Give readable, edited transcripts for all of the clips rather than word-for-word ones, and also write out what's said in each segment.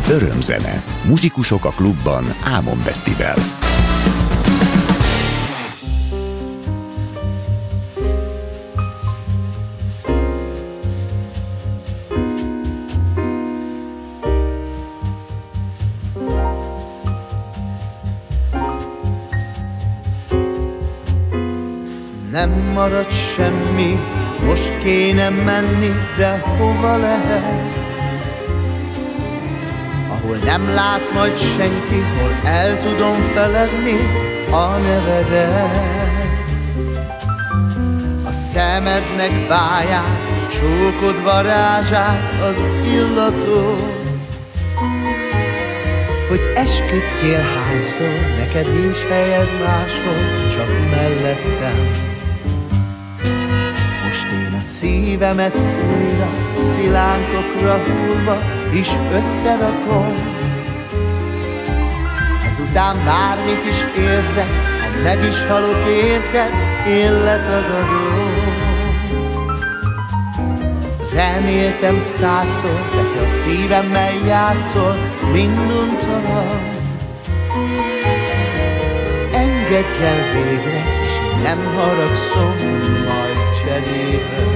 Örömzene. Muzsikusok a klubban Ámon Bettivel. Nem marad semmi, most kéne menni, de hova lehet? Ahol nem lát majd senki, hol el tudom feledni a nevedet. A szemednek báját, a csókod varázsát, az illatod. Hogy esküdtél hányszor, neked nincs helyed máshol, csak mellettem. Most én a szívemet újra szilánkokra hullva is összerakom. Ezután bármit is érzek, ha meg is halok érted, én letagadom. Reméltem 100-szor, de te a szívemmel játszol, minduntalan. Engedj el végre, és én nem haragszom majd cserébe.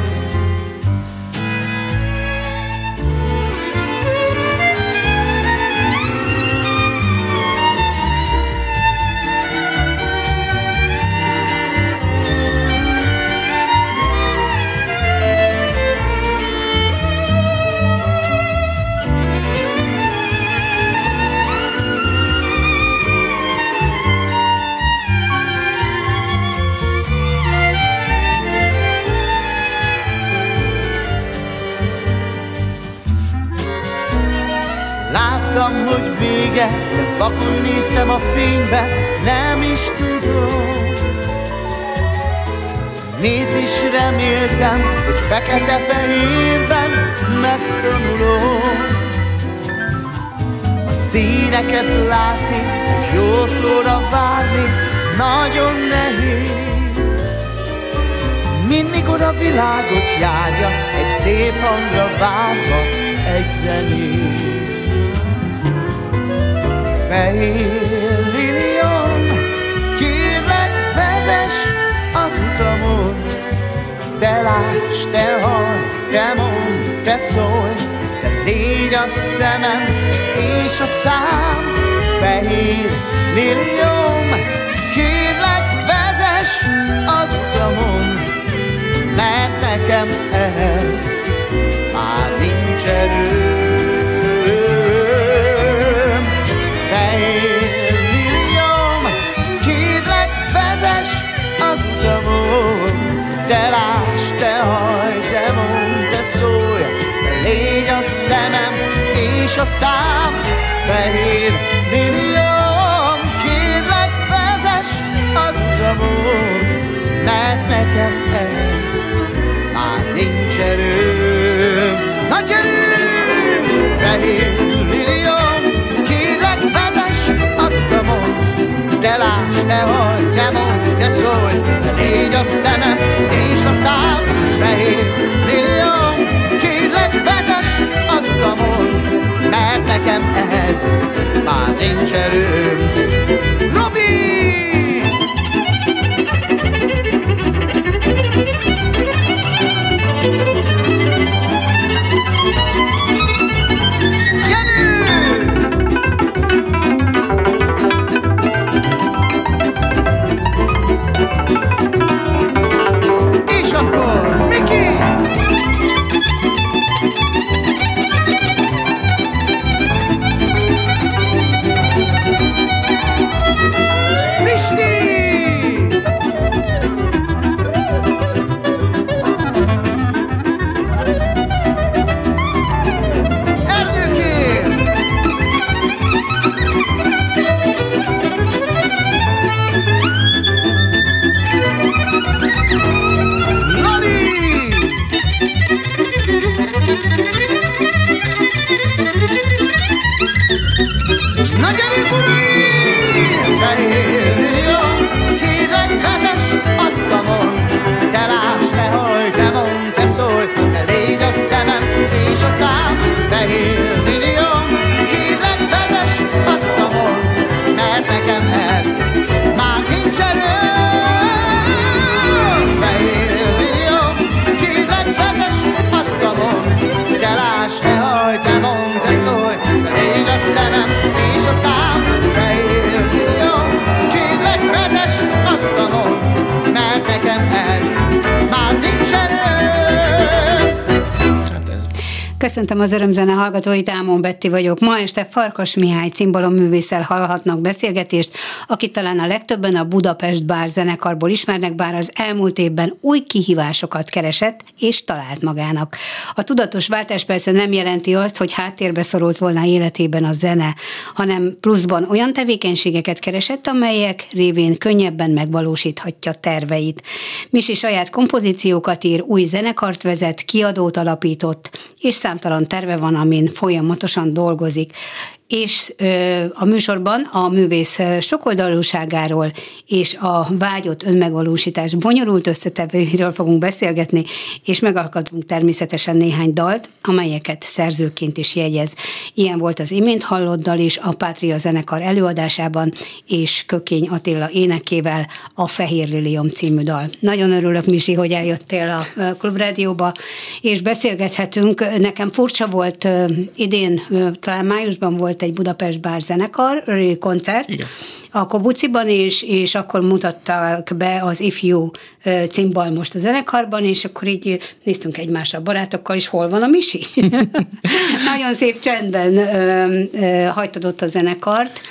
Láttam, hogy vége, de vakon néztem a fénybe, nem is tudom. Mit is reméltem, hogy fekete-fehérben megtanulom. A színeket látni, és jó szóra várni, nagyon nehéz. Mint mikor a világot járja, egy szép hangra várva, egy zenész. Fehér liliom, kérlek vezess az utamon. Te láss, te hallj, te mondd, te szólj, te légy a szemem és a szám. Fehér liliom, kérlek vezess az utamon, mert nekem ehhez már nincs erőm. Fehér liliom, kérlek vezess az utamon. Te láss, te hallj, te mondd, te szólj, te légy a szemem és a szám. Fehér liliom, kérlek vezess az utamon, mert nekem ez már nincs erőm. Nagy erőm! Fehér liliom, kérlek vezess az utamon. Te láss, te hallj, te mondd, te szólj, te légy a szemem és a szám. Fehér liliom, kérlek vezess az utamon, mert nekem ehhez már nincs erőm. Robi! És akkor Miki! Köszöntöm az Örömzene hallgatóit, Ámon Betti vagyok. Ma este Farkas Mihály cimbalom-művésszel hallhatnak beszélgetést, akit talán a legtöbben a Budapest Bár zenekarból ismernek, bár az elmúlt évben új kihívásokat keresett és talált magának. A tudatos váltás persze nem jelenti azt, hogy háttérbe szorult volna életében a zene, hanem pluszban olyan tevékenységeket keresett, amelyek révén könnyebben megvalósíthatja terveit. Misi saját kompozíciókat ír, új zenekart vezet, kiadót alapított, és számtalan terve van, amin folyamatosan dolgozik. És a műsorban a művész sokoldalúságáról és a vágyott önmegvalósítás bonyolult összetevőiről fogunk beszélgetni, és megalkotunk természetesen néhány dalt, amelyeket szerzőként is jegyez. Ilyen volt az imént hallott dal is a Pátria zenekar előadásában, és Kökény Attila énekével a Fehér Liliom című dal. Nagyon örülök, Misi, hogy eljöttél a Klubrádióba, és beszélgethetünk. Nekem furcsa volt idén, talán májusban volt egy Budapest Bár zenekar koncert, igen, a Kobuciban is, és akkor mutatták be az ifjú cimbalmost a zenekarban, és akkor így néztünk egymásra barátokkal, és hol van a Misi? Nagyon szép csendben hagytad ott a zenekart.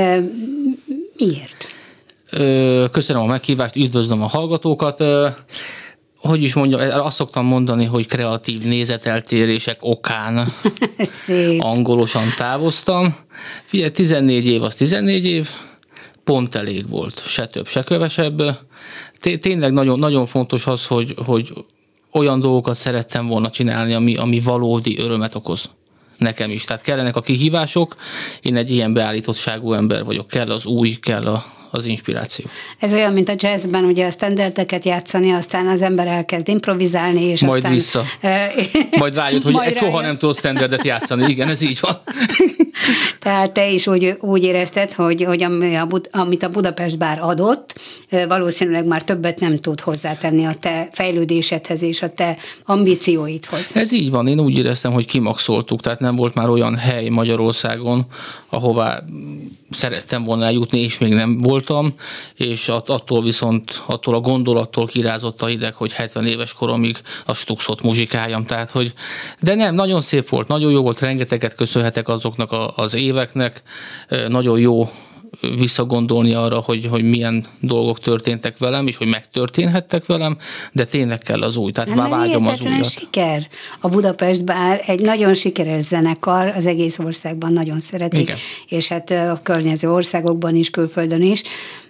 Miért? Köszönöm a meghívást, üdvözlöm a hallgatókat. Hogy is mondjam, azt szoktam mondani, hogy kreatív nézeteltérések okán angolosan távoztam. Figyelj, 14 év az 14 év, pont elég volt, se több, se kevesebb. Tényleg nagyon, nagyon fontos az, hogy olyan dolgokat szerettem volna csinálni, ami valódi örömet okoz nekem is. Tehát kellenek a kihívások, én egy ilyen beállítottságú ember vagyok, kell az új, kell az inspiráció. Ez olyan, mint a jazzben, ugye a standardeket játszani, aztán az ember elkezd improvizálni, és majd aztán... vissza. Majd rájött, hogy majd soha nem tudod standardet játszani. Igen, ez így van. Tehát te is úgy érezted, hogy amit a Budapest Bár adott, valószínűleg már többet nem tud hozzátenni a te fejlődésedhez és a te ambícióidhoz. Ez így van, én úgy éreztem, hogy kimaxoltuk, tehát nem volt már olyan hely Magyarországon, ahová szerettem volna eljutni, és még nem voltam, és attól a gondolattól kirázott a hideg, hogy 70 éves koromig a Stuxot muzsikáljam, tehát hogy, de nem, nagyon szép volt, nagyon jó volt, rengeteget köszönhetek azoknak az éveknek, nagyon jó visszagondolni arra, hogy milyen dolgok történtek velem, és hogy megtörténhettek velem, de tényleg kell az új, tehát már vágyom az újat. Siker. A Budapest Bár egy nagyon sikeres zenekar, az egész országban nagyon szeretik, igen, és hát a környező országokban is, külföldön is.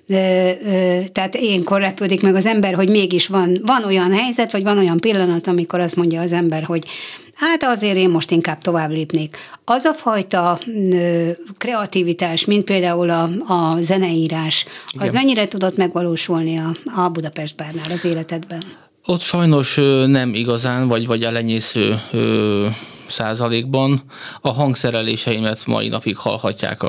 Tehát ilyenkor lepődik meg az ember, hogy mégis van olyan helyzet, vagy van olyan pillanat, amikor azt mondja az ember, hogy hát azért én most inkább tovább lépnék. Az a fajta kreativitás, mint például a zeneírás, igen, az mennyire tudott megvalósulni a Budapest Bárnál az életedben? Ott sajnos nem igazán, vagy elenyésző százalékban. A hangszereléseimet mai napig hallhatják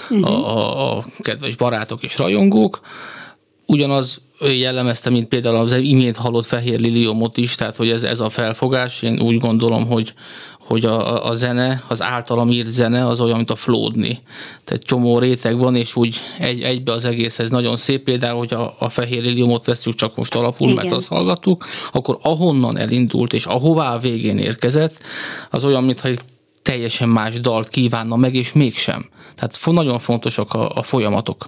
a kedves barátok és rajongók. Ugyanaz jellemezte, mint például az imént hallott Fehér Liliomot is, tehát hogy ez a felfogás. Én úgy gondolom, hogy a zene, az általam írt zene az olyan, mint a flódni. Tehát csomó réteg van, és úgy egybe az egész, ez nagyon szép. Például, hogy a Fehér Liliomot veszük csak most alapul, igen, mert azt hallgattuk, akkor ahonnan elindult, és ahová a végén érkezett, az olyan, mintha egy teljesen más dalt kívánna meg, és mégsem. Tehát nagyon fontosak a folyamatok.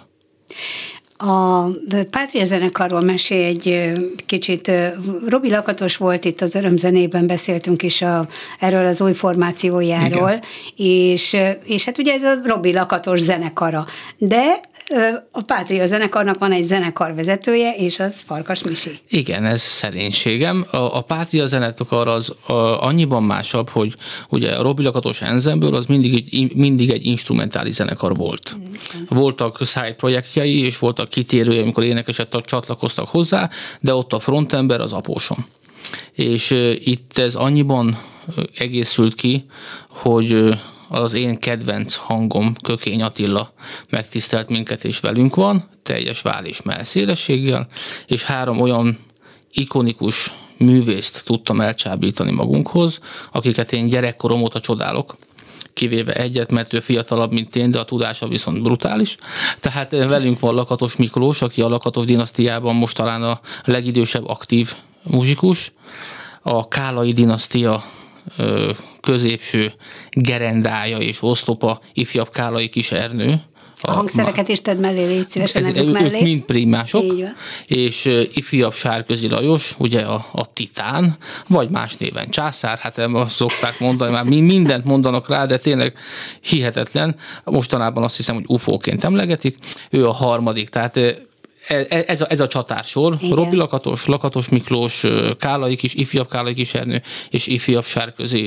A Pátria zenekarról mesélj egy kicsit. Robi Lakatos volt itt az Örömzenében, beszéltünk is erről az új formációjáról, és hát ugye ez a Robi Lakatos zenekara, de a Pátria zenekarnak van egy zenekarvezetője, és az Farkas Misi. Igen, ez szerénységem. A Pátria zenekar az annyiban másabb, hogy ugye a Robi Lakatos Ensemble az mindig egy instrumentális zenekar volt. Voltak side projektjei, és voltak kitérője, amikor énekesek csatlakoztak hozzá, de ott a frontember az Apósom. És itt ez annyiban egészült ki, hogy az én kedvenc hangom, Kökény Attila megtisztelt minket, és velünk van, teljes váll és mellszélességgel, és 3 olyan ikonikus művészt tudtam elcsábítani magunkhoz, akiket én gyerekkorom óta csodálok, kivéve egyet, mert ő fiatalabb, mint én, de a tudása viszont brutális. Tehát velünk van Lakatos Miklós, aki a Lakatos dinasztiában most talán a legidősebb aktív muzsikus. A Kálai dinasztia középső gerendája és oszlopa ifjabb Kálai Kis Ernő. A hangszereket is tedd mellé, légy szívesen nevük mellé. Ők mind primások, és ifjabb Sárközi Lajos, ugye a titán, vagy más néven Császár, hát azt szokták mondani, már mindent mondanak rá, de tényleg hihetetlen. Mostanában azt hiszem, hogy UFO-ként emlegetik. Ő a harmadik, tehát ez a csatársor, Robi Lakatos, Lakatos Miklós, Kálai Kis, ifjabb Kálai Kis Ernő, és ifjabb Sárközi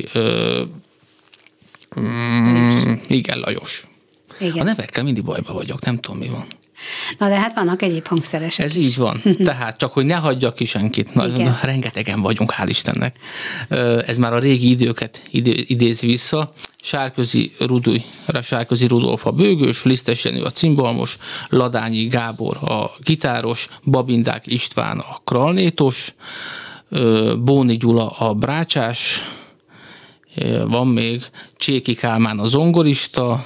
igen, Lajos. Igen. A nevekkel mindig bajba vagyok, nem tudom, mi van. Na de hát vannak egyéb hangszeresek Ez is. így van. Tehát csak, hogy ne hagyjak ki senkit. Na, rengetegen vagyunk, hál' Istennek. Ez már a régi időket idézi vissza. Sárközi Rudolf a bőgős, Lisztes Jenő a cimbalmos, Ladányi Gábor a gitáros, Babindák István a kralnétos, Bóni Gyula a brácsás, van még Cséki Kálmán a zongorista.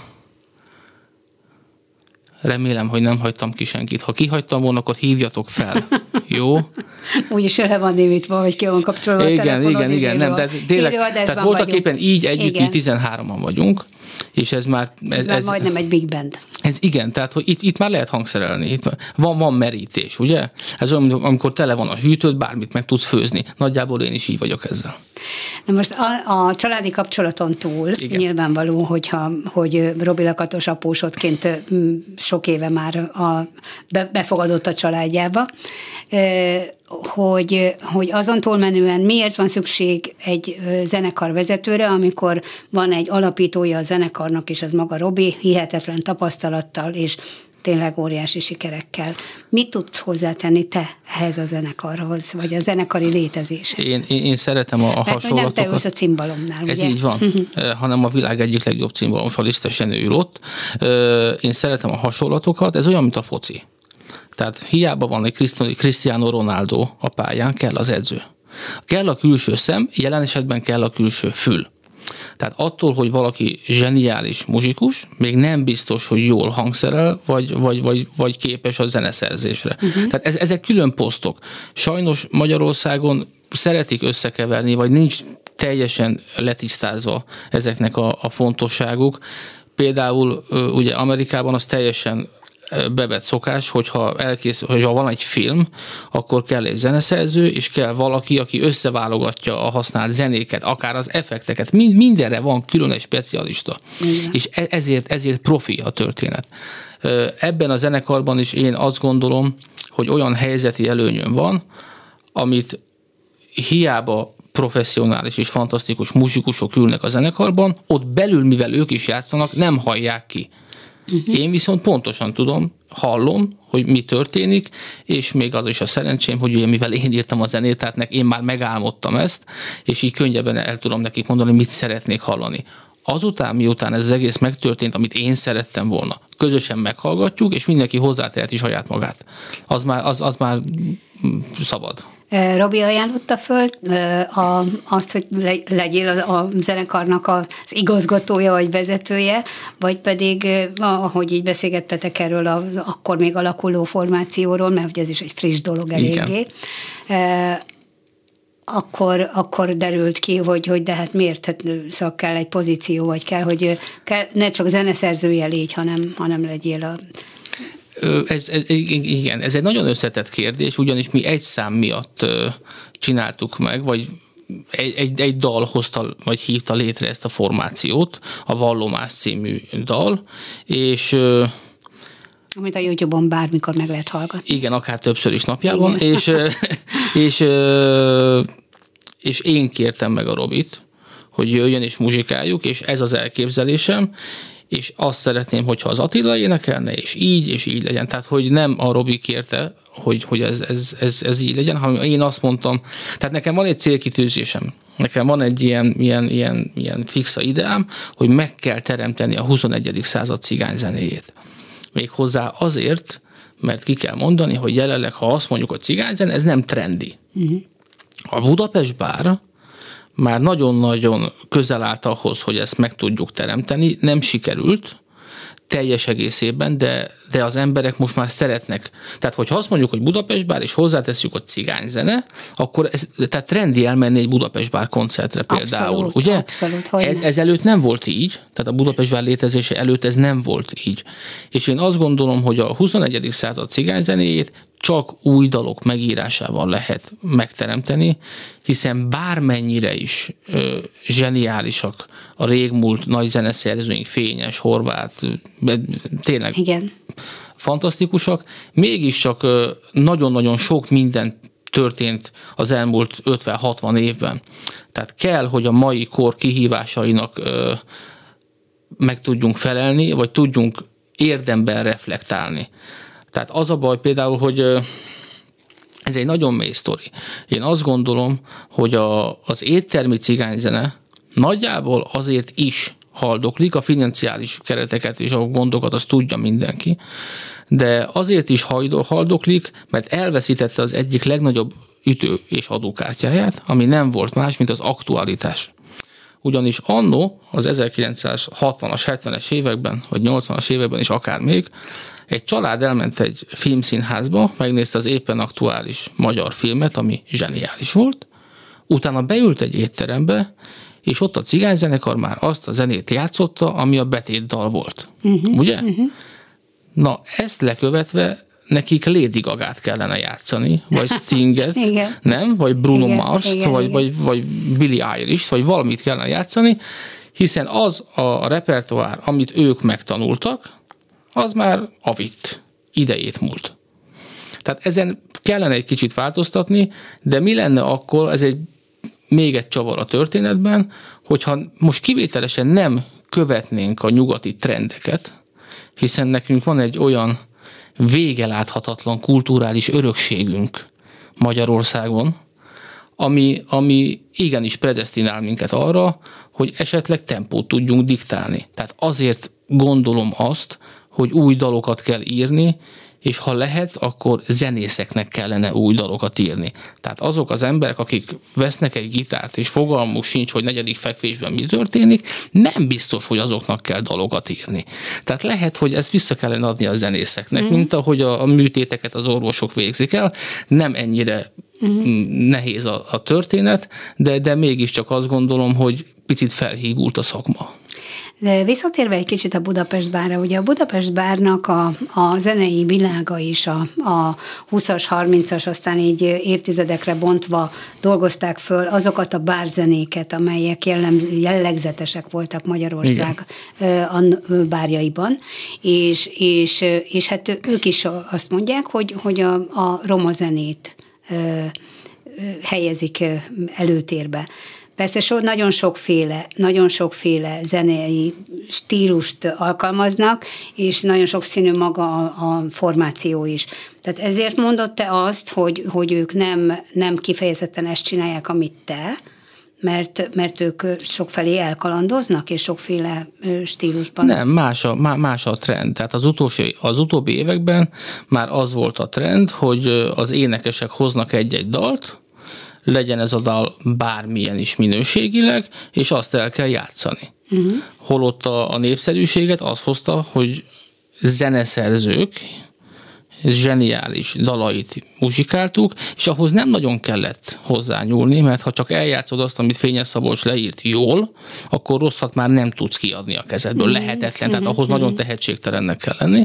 Remélem, hogy nem hagytam ki senkit. Ha kihagytam volna, akkor hívjatok fel. Jó? Úgyis le van némítva, hogy ki van kapcsolva a telefonod. Igen. Nem, tehát voltak éppen így együtt, így 13-an vagyunk, és ez már majdnem egy big band. Ez igen, tehát hogy itt már lehet hangszerelni, itt van merítés, ugye? Ez olyan, amikor tele van a hűtőd, bármit meg tudsz főzni. Nagyjából én is így vagyok ezzel. Na most a családi kapcsolaton túl nyilvánvaló, hogy Robi Lakatos apósodként sok éve már befogadott a családjába, hogy azon túlmenően miért van szükség egy zenekar vezetőre, amikor van egy alapítója a zenekarnak, és ez maga Robi, hihetetlen tapasztalattal, és tényleg óriási sikerekkel. Mit tudsz hozzátenni te ehhez a zenekarhoz, vagy a zenekari létezéshez? Én szeretem a hasonlatokat. Nem te ülsz a cimbalomnál, ez ugye? így van, hanem a világ egyik legjobb cimbalomos, a Lisztes Jenő ül ott. Én szeretem a hasonlatokat, ez olyan, mint a foci. Tehát hiába van egy Cristiano Ronaldo a pályán, kell az edző. Kell a külső szem, jelen esetben kell a külső fül. Tehát attól, hogy valaki zseniális muzsikus, még nem biztos, hogy jól hangszerel, vagy képes a zeneszerzésre. Tehát ezek külön posztok. Sajnos Magyarországon szeretik összekeverni, vagy nincs teljesen letisztázva ezeknek a fontosságuk. Például ugye Amerikában az teljesen bevett szokás, hogyha van egy film, akkor kell egy zeneszerző, és kell valaki, aki összeválogatja a használt zenéket, akár az effekteket. Mindenre van külön egy specialista. Igen. És ezért profi a történet. Ebben a zenekarban is én azt gondolom, hogy olyan helyzeti előnyöm van, amit hiába professzionális és fantasztikus muzsikusok ülnek a zenekarban, ott belül, mivel ők is játszanak, nem hallják ki. Én viszont pontosan hallom, hogy mi történik, és még az is a szerencsém, hogy ugye mivel én írtam a zenét, tehát én már megálmodtam ezt, és így könnyebben el tudom nekik mondani, mit szeretnék hallani. Azután, miután ez az egész megtörtént, amit én szerettem volna, közösen meghallgatjuk, és mindenki hozzáteheti saját magát. Az már szabad. Robi ajánlotta föl azt, hogy legyél a zenekarnak az igazgatója vagy vezetője, vagy pedig, ahogy így beszélgettetek erről az akkor még alakuló formációról, mert ugye ez is egy friss dolog eléggé, akkor derült ki, hogy de hát miért, hát, szóval kell egy pozíció, vagy kell, hogy ne csak zeneszerzője légy, hanem legyél a... Igen, ez egy nagyon összetett kérdés, ugyanis mi egy szám miatt csináltuk meg, vagy egy dal hozta, vagy hívta létre ezt a formációt, a Vallomás című dal, és... Amit a YouTube-on bármikor meg lehet hallgatni. Igen, akár többször is napjában, és én kértem meg a Robit, hogy jöjjön és muzsikáljuk, és ez az elképzelésem, és azt szeretném, hogyha az Attila énekelne, és így legyen. Tehát, hogy nem a Robi kérte, hogy ez így legyen, hanem én azt mondtam, tehát nekem van egy célkitűzésem, nekem van egy ilyen fixa ideám, hogy meg kell teremteni a 21. század cigányzenéjét. Méghozzá azért, mert ki kell mondani, hogy jelenleg, ha azt mondjuk, hogy cigányzene, ez nem trendi. A Budapest Bár már nagyon-nagyon közel állt ahhoz, hogy ezt meg tudjuk teremteni, nem sikerült, teljes egészében, de az emberek most már szeretnek. Tehát, hogyha azt mondjuk, hogy Budapest bár, és hozzáteszünk, hogy cigányzene, akkor tehát trendi elmenni egy Budapest bár koncertre például. Abszolút, ugye? Abszolút, ez előtt nem volt így, tehát a Budapest bár létezése előtt ez nem volt így. És én azt gondolom, hogy a 21. század cigányzenéjét csak új dalok megírásával lehet megteremteni, hiszen bármennyire is zseniálisak a régmúlt nagy zeneszerzőink, Fényes, Horváth, tényleg igen, fantasztikusak, mégiscsak nagyon-nagyon sok minden történt az elmúlt 50-60 évben. Tehát kell, hogy a mai kor kihívásainak meg tudjunk felelni, vagy tudjunk érdemben reflektálni. Tehát az a baj például, hogy ez egy nagyon mély sztori. Én azt gondolom, hogy az éttermi cigányzene nagyjából azért is haldoklik, a financiális kereteket és a gondokat azt tudja mindenki, de azért is haldoklik, mert elveszítette az egyik legnagyobb ütő- és adókártyáját, ami nem volt más, mint az aktualitás. Ugyanis annó az 1960-as, 70-es években, vagy 80-as években is akár még, egy család elment egy filmszínházba, megnézte az éppen aktuális magyar filmet, ami zseniális volt, utána beült egy étterembe, és ott a cigányzenekar már azt a zenét játszotta, ami a betétdal volt. Ugye? Na, ezt lekövetve nekik Lady Gagát kellene játszani, vagy Stinget, nem? Vagy Bruno Mars-t, vagy Billie Eilish-t, vagy valamit kellene játszani, hiszen az a repertoár, amit ők megtanultak, az már avitt, idejét múlt. Tehát ezen kellene egy kicsit változtatni, de mi lenne akkor, ez még egy csavar a történetben, hogyha most kivételesen nem követnénk a nyugati trendeket, hiszen nekünk van egy olyan végeláthatatlan kulturális örökségünk Magyarországon, ami igenis predesztinál minket arra, hogy esetleg tempót tudjunk diktálni. Tehát azért gondolom azt, hogy új dalokat kell írni, és ha lehet, akkor zenészeknek kellene új dalokat írni. Tehát azok az emberek, akik vesznek egy gitárt, és fogalmuk sincs, hogy negyedik fekvésben mi történik, nem biztos, hogy azoknak kell dalokat írni. Tehát lehet, hogy ezt vissza kellene adni a zenészeknek, mint ahogy a műtéteket az orvosok végzik el. Nem ennyire nehéz a történet, de mégiscsak azt gondolom, hogy picit felhígult a szakma. De visszatérve egy kicsit a Budapest bárra, ugye a Budapest bárnak a zenei világa is a 20-as, 30-as, aztán így évtizedekre bontva dolgozták föl azokat a bárzenéket, amelyek jellegzetesek voltak Magyarország bárjaiban, és hát ők is azt mondják, hogy a roma zenét helyezik előtérbe. Persze nagyon sokféle zenei stílust alkalmaznak, és nagyon sokszínű maga a formáció is. Tehát ezért mondod te azt, hogy ők nem kifejezetten ezt csinálják, amit te, mert ők sokfelé elkalandoznak, és sokféle stílusban. Nem, más a trend. Tehát az utóbbi években már az volt a trend, hogy az énekesek hoznak egy-egy dalt, legyen ez a dal bármilyen is minőségileg, és azt el kell játszani. Holott a népszerűséget az hozta, hogy zeneszerzők zseniális dalait muzsikáltuk, és ahhoz nem nagyon kellett hozzányúlni, mert ha csak eljátszod azt, amit Fényes Szabolcs leírt jól, akkor rosszat már nem tudsz kiadni a kezedből. Lehetetlen, tehát ahhoz nagyon tehetségtelennek kell lenni.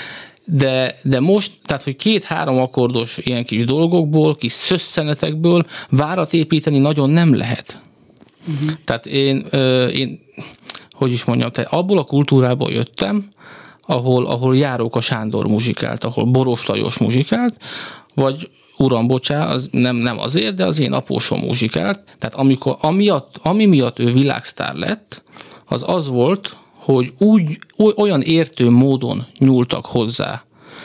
De most, tehát, hogy 2-3 akkordos ilyen kis dolgokból, kis szösszenetekből várat építeni nagyon nem lehet. Tehát én, hogy is mondjam, tehát abból a kultúrából jöttem, ahol Járóka Sándor muzsikált, ahol Boros Lajos muzsikált, vagy uram, bocsá, az nem azért, de az én apósom muzsikált. Tehát ami miatt ő világsztár lett, az volt, hogy olyan értő módon nyúltak hozzá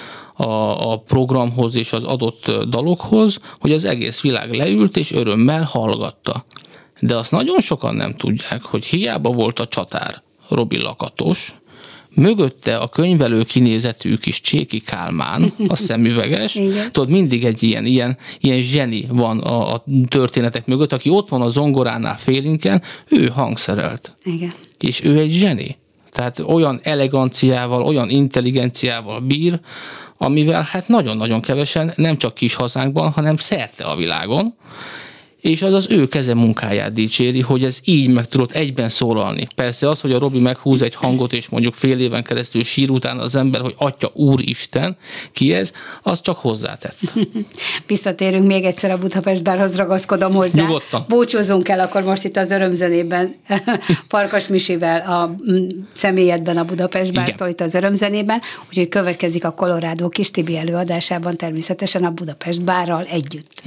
a programhoz és az adott dalokhoz, hogy az egész világ leült és örömmel hallgatta. De azt nagyon sokan nem tudják, hogy hiába volt a csatár Robi Lakatos, mögötte a könyvelő kinézetű kis Cséki Kálmán, a szemüveges, tudod, mindig egy ilyen zseni van a történetek mögött, aki ott van a zongoránál félinken, ő hangszerelt. Igen. És ő egy zseni. Tehát olyan eleganciával, olyan intelligenciával bír, amivel hát nagyon-nagyon kevesen, nem csak kis hazánkban, hanem szerte a világon, és az ő keze munkáját dicséri, hogy ez így meg tudott egyben szólalni. Persze az, hogy a Robi meghúz egy hangot, és mondjuk fél éven keresztül sír utána az ember, hogy Atya Úristen, ki ez, az csak hozzátett. Visszatérünk még egyszer a Budapest Bárhoz, ragaszkodom hozzá. Nyugodtan. Búcsúzzunk el akkor most itt az örömzenében Farkas Misivel a személyedben a Budapest Bártól itt az örömzenében, úgyhogy következik a Colorado Kis Tibi előadásában természetesen a Budapest Bárral együtt.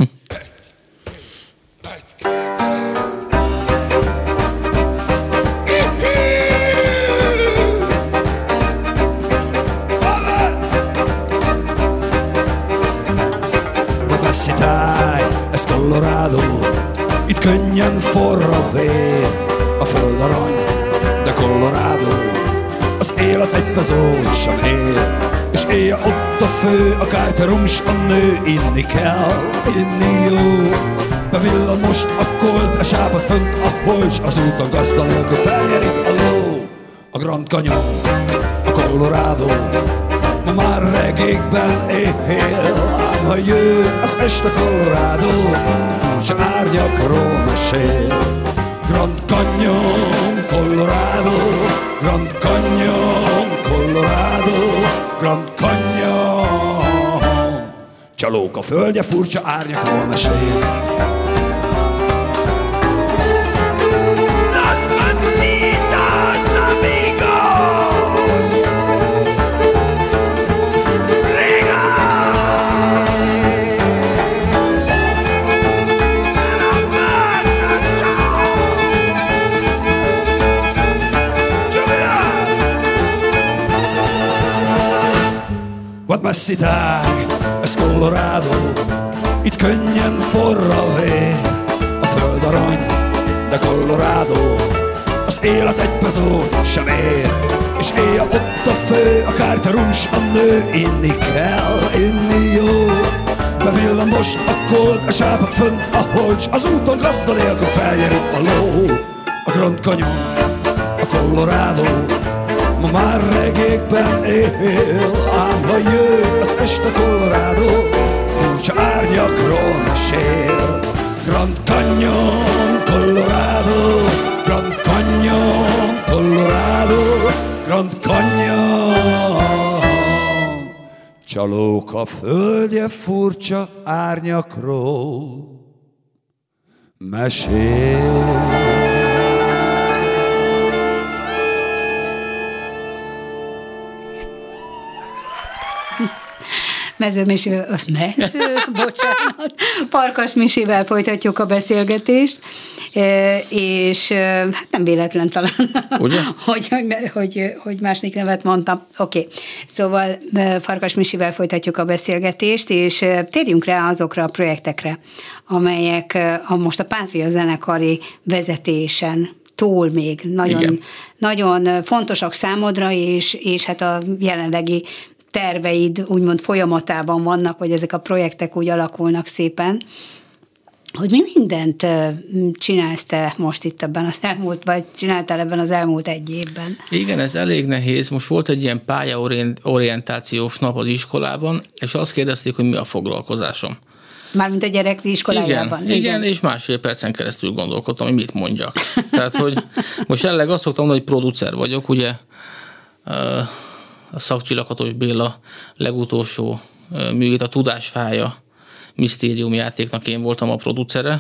Ez Colorado, itt könnyen forr a vér, a föld arany, de Colorado, az élet egy pezót sem ér, és éjjel ott a fő, a kártyarums, a nő, inni kell, inni jó. Bevillan most a kolt, a sápat fönt a holcs, az úton gazda nélkül feljerik a ló. A Grand Canyon, a Colorado, ma már regékben él, ám ha jön az este Colorado, furcsa árnyakról mesél. Grand Canyon, Colorado, Grand Canyon, Colorado, Grand Canyon. Csalók a földje, furcsa árnyakról mesél. What must it die, ez Colorado, itt könnyen forr a vér, a föld arany, de Colorado, az élet egy pezót sem ér, és éjjel ott a fő, a kártyarums, a nő, inni kell, inni jó. Bevillan most a kolt, a sápat fönt a holcs, az úton gazda nélkül feljerik a ló. A Grand Canyon, a Colorado, ma már regékben él, ám ha jön az este Colorado, furcsa árnyakról mesél. Grand Canyon, Colorado, Grand Canyon, Colorado, Grand Canyon. Csalók a földje, furcsa árnyakról mesél. Bocsánat, Farkas Misivel folytatjuk a beszélgetést, és hát nem véletlen talán, hogy másik nevet mondtam. Oké. Szóval Farkas Misivel folytatjuk a beszélgetést, és térjünk rá azokra a projektekre, amelyek most a Pátria zenekari vezetésen túl még nagyon fontosak számodra, és hát a jelenlegi terveid úgymond folyamatában vannak, vagy ezek a projektek úgy alakulnak szépen, hogy mi mindent csinálsz te most itt ebben az elmúlt, vagy csináltál ebben az elmúlt egy évben? Igen, ez elég nehéz. Most volt egy ilyen pályaorientációs nap az iskolában, és azt kérdezték, hogy mi a foglalkozásom. Mármint a gyerek iskolájában. Igen, és másfél percen keresztül gondolkodtam, hogy mit mondjak. Tehát, hogy most jelenleg azt szoktam mondani, hogy producer vagyok, ugye a Szakcsillakatos Béla legutolsó művét, a Tudásfája misztérium játéknak én voltam a producere.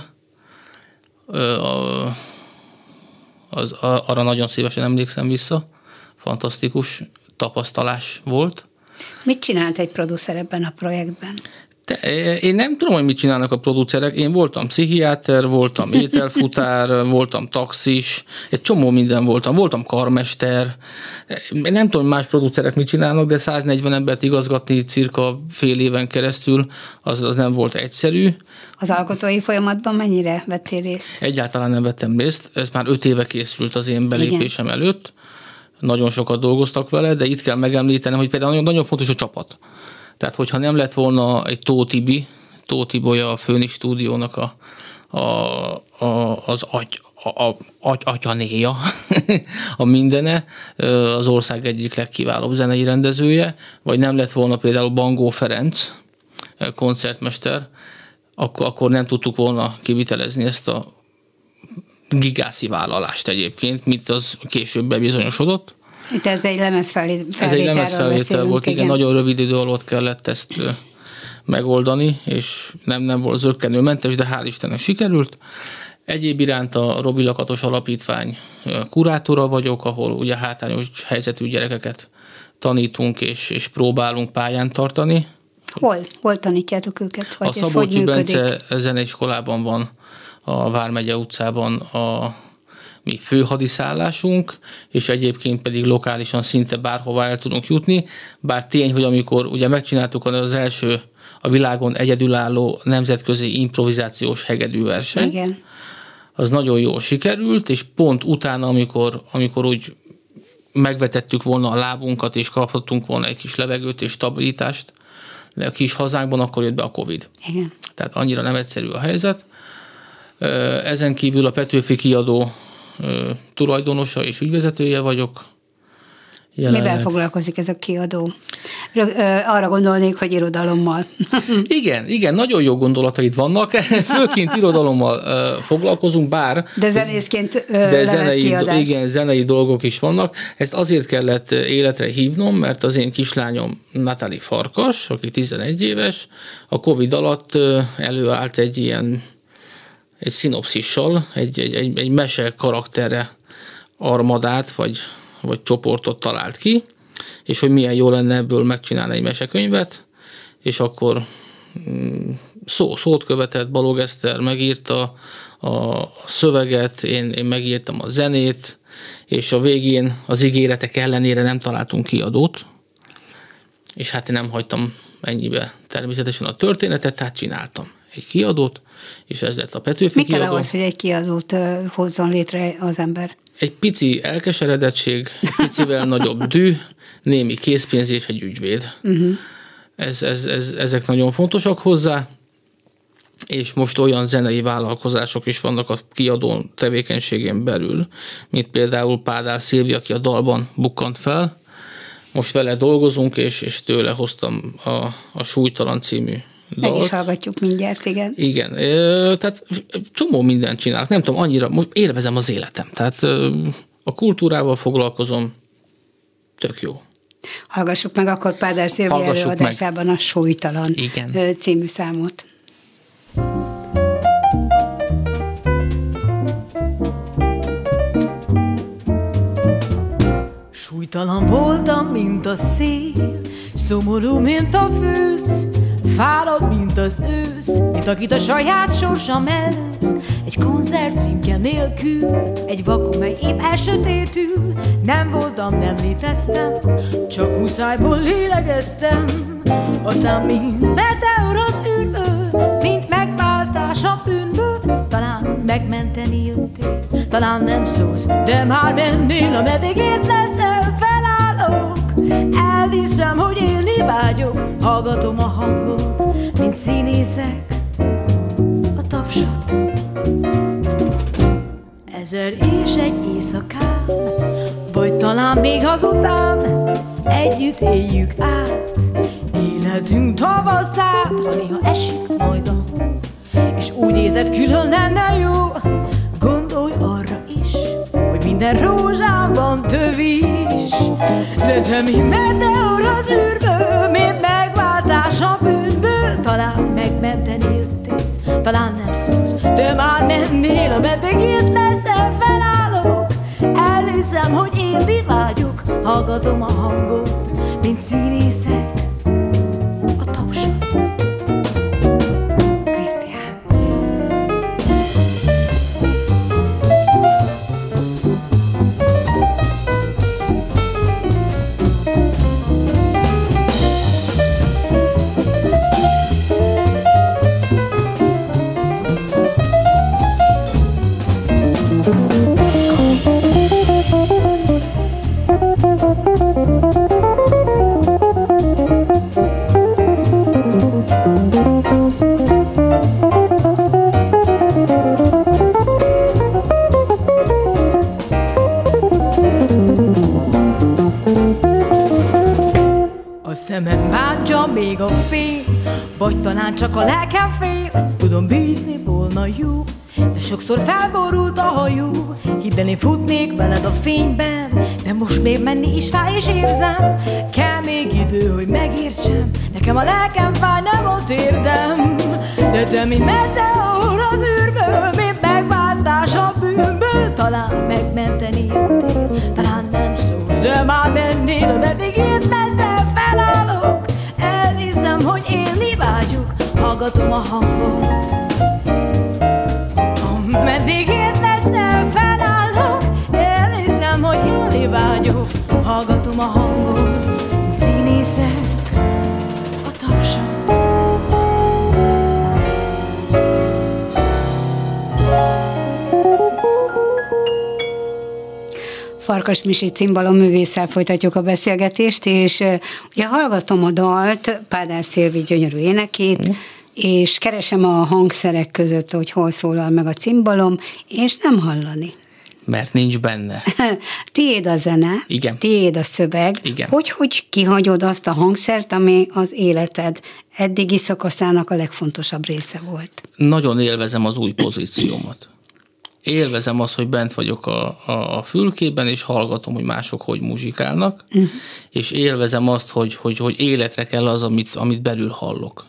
Arra nagyon szívesen emlékszem vissza. Fantasztikus tapasztalás volt. Mit csinált egy producer ebben a projektben? Én nem tudom, hogy mit csinálnak a producerek. Én voltam pszichiáter, voltam ételfutár, voltam taxis, egy csomó minden voltam. Voltam karmester. Nem tudom, hogy más producerek mit csinálnak, de 140 embert igazgatni cirka fél éven keresztül, az nem volt egyszerű. Az alkotói folyamatban mennyire vettél részt? Egyáltalán nem vettem részt. Ez már 5 éve készült az én belépésem előtt. Nagyon sokat dolgoztak vele, de itt kell megemlítenem, hogy például nagyon fontos a csapat. Tehát, hogyha nem lett volna egy Tóth Tibolya a Főnix stúdiónak az atyanéja, a mindene, az ország egyik legkiválóbb zenei rendezője, vagy nem lett volna például Bangó Ferenc, koncertmester, akkor nem tudtuk volna kivitelezni ezt a gigászi vállalást egyébként, mint az később bebizonyosodott. Itt ez egy lemezfelvétel volt, igen, nagyon rövid idő alatt kellett ezt megoldani, és nem volt zökkenőmentes, de hál' Istennek sikerült. Egyéb iránt a Robi Lakatos Alapítvány kurátora vagyok, ahol ugye hátrányos helyzetű gyerekeket tanítunk, és próbálunk pályán tartani. Hol tanítjátok őket? A Szabolcsi Bence zeneiskolában van, a Vármegye utcában a mi főhadiszállásunk, és egyébként pedig lokálisan szinte bárhova el tudunk jutni, bár tény, hogy amikor ugye megcsináltuk az első a világon egyedülálló nemzetközi improvizációs hegedűverseny, igen, az nagyon jól sikerült, és pont utána, amikor úgy megvetettük volna a lábunkat, és kaphattunk volna egy kis levegőt és stabilitást a kis hazánkban, akkor jött be a Covid. Igen. Tehát annyira nem egyszerű a helyzet. Ezen kívül a Petőfi Kiadó tulajdonosa és ügyvezetője vagyok. Jelenleg. Mivel foglalkozik ez a kiadó? Arra gondolnék, hogy irodalommal. Igen, nagyon jó gondolataid vannak, főként irodalommal foglalkozunk, bár... De zenészként lemezkiadás. Igen, zenei dolgok is vannak. Ezt azért kellett életre hívnom, mert az én kislányom Natalie Farkas, aki 11 éves, a Covid alatt előállt egy szinopszissal, egy mese karakterre armadát, vagy csoportot talált ki, és hogy milyen jó lenne ebből megcsinálni egy mesekönyvet, és akkor szót követett, Balog Eszter megírta a szöveget, én megírtam a zenét, és a végén az ígéretek ellenére nem találtunk kiadót, és hát én nem hagytam ennyibe természetesen a történetet, tehát csináltam egy kiadót, és ez lett a Petőfi Kiadó. Mi kell ahhoz, hogy egy kiadót hozzon létre az ember? Egy pici elkeseredettség, egy picivel nagyobb dű, némi készpénz és egy ügyvéd. Uh-huh. Ezek nagyon fontosak hozzá, és most olyan zenei vállalkozások is vannak a kiadó tevékenységén belül, mint például Pádár Szilvia, aki a dalban bukkant fel. Most vele dolgozunk, és tőle hoztam a Súlytalan című dalt. Meg is hallgatjuk mindjárt, igen. Igen, tehát csomó mindent csinálok, nem tudom, annyira, most élvezem az életem, tehát a kultúrával foglalkozom, tök jó. Hallgassuk meg akkor Pádár Szilvia előadásában a Súlytalan című számot. Súlytalan voltam, mint a szél, szomorú, mint a fősz, fáradt, mint az ősz, mint akit a saját sorsa mellőz. Egy koncert címke nélkül, egy vakuum, mely épp elsötétül. Nem voltam, nem léteztem, csak muszájból lélegeztem. Aztán mint meteor az űrből, mint megváltás a bűnből. Talán megmenteni jöttél, talán nem szólsz, de már mennél, ameddig itt leszel, felállok. Elhiszem, hogy élni vágyok, hallgatom a hangot, mint színészek a tapsot. 1001 éjszakán, vagy talán még azután együtt éljük át életünk tavaszát. Ha néha esik majd a hó, és úgy érzed, külön lenne jó, gondolj arra is, hogy minden rózsában tövis. De te, mint meteor az űrből, mint megváltás a bűnből. Talán megmenteni jöttél, talán nem szólsz, de már mennél, ameddig itt leszel, felállok. Elhiszem, hogy élni vágyok, hallgatom a hangot, mint színészek a tapsot. szemem bántja még a fény, vagy talán csak a lelkem fél. Tudom, bízni volna jó, de sokszor felborult a hajú. Hidd el, én futnék veled a fényben, de most még menni is fáj és érzem. Kell még idő, hogy megértsem, nekem a lelkem fáj, nem a térdem. De te, mint meteor az űrből, mint megváltás a bűnből. Talán megmenteni jöttél, talán nem szólsz, de már mennél, ameddig itt leszel, felállok. Elhiszem, hogy élni vágyok, hallgatom a hangot. Ameddig itt leszel, felállok. Elhiszem, hogy élni vágyok, hallgatom a hangot. Színészek a tapsot. Farkas Misi cimbalom-művésszel folytatjuk a beszélgetést, és ugye hallgatom a dalt, Pádár Szilvi gyönyörű énekét, és keresem a hangszerek között, hogy hol szólal meg a cimbalom, és nem hallani. Mert nincs benne. Tiéd a zene, igen. Tiéd a szöveg. Igen. Hogy kihagyod azt a hangszert, ami az életed eddigi szakaszának a legfontosabb része volt? Nagyon élvezem az új pozíciómat. Élvezem azt, hogy bent vagyok a fülkében, és hallgatom, hogy mások hogy muzsikálnak, és élvezem azt, hogy életre kell az, amit belül hallok.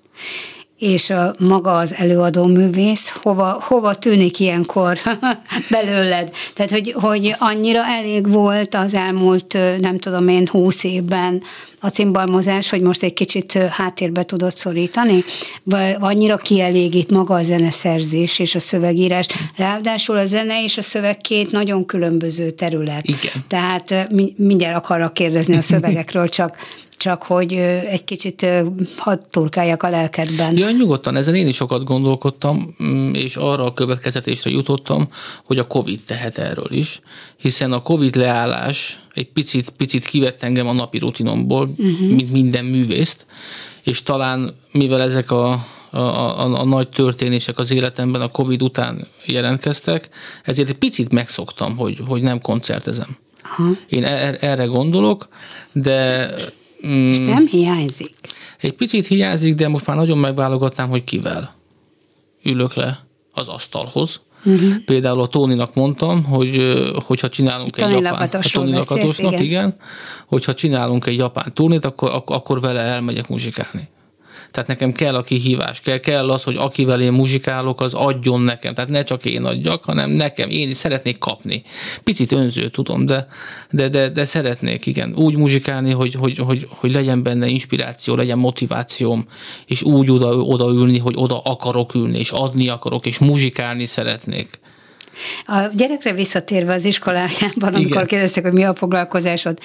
És maga az előadó művész, hova tűnik ilyenkor belőled? Tehát, hogy annyira elég volt az elmúlt, nem tudom én, 20 évben a cimbalmozás, hogy most egy kicsit háttérbe tudod szorítani? Vagy annyira kielégít maga a zeneszerzés és a szövegírás? Ráadásul a zene és a szöveg két nagyon különböző terület. Igen. Tehát mindjárt akarok kérdezni a szövegekről, csak hogy egy kicsit hadd turkáljak a lelkedben. Ja, nyugodtan, ezen én is sokat gondolkodtam, és arra a következtetésre jutottam, hogy a Covid tehet erről is, hiszen a Covid leállás egy picit kivett engem a napi rutinomból, mint minden művészt, és talán mivel ezek a nagy történések az életemben a Covid után jelentkeztek, ezért egy picit megszoktam, hogy nem koncertezem. Aha. Én erre gondolok, de... És nem hiányzik? Egy picit hiányzik, de most már nagyon megválogatnám, hogy kivel ülök le az asztalhoz. Például a Tóninak mondtam, hogyha csinálunk egy japán... Toni Lakatosnak, igen. Hogyha csinálunk egy japán turnét, akkor vele elmegyek muzsikálni. Tehát nekem kell a kihívás, kell az, hogy akivel én muzsikálok, az adjon nekem. Tehát ne csak én adjak, hanem nekem. Én is szeretnék kapni. Picit önző, tudom, de szeretnék, igen. Úgy muzsikálni, hogy legyen benne inspiráció, legyen motivációm, és úgy oda ülni, hogy oda akarok ülni, és adni akarok, és muzsikálni szeretnék. A gyerekre visszatérve az iskolájában, amikor kérdeztek, hogy mi a foglalkozásod,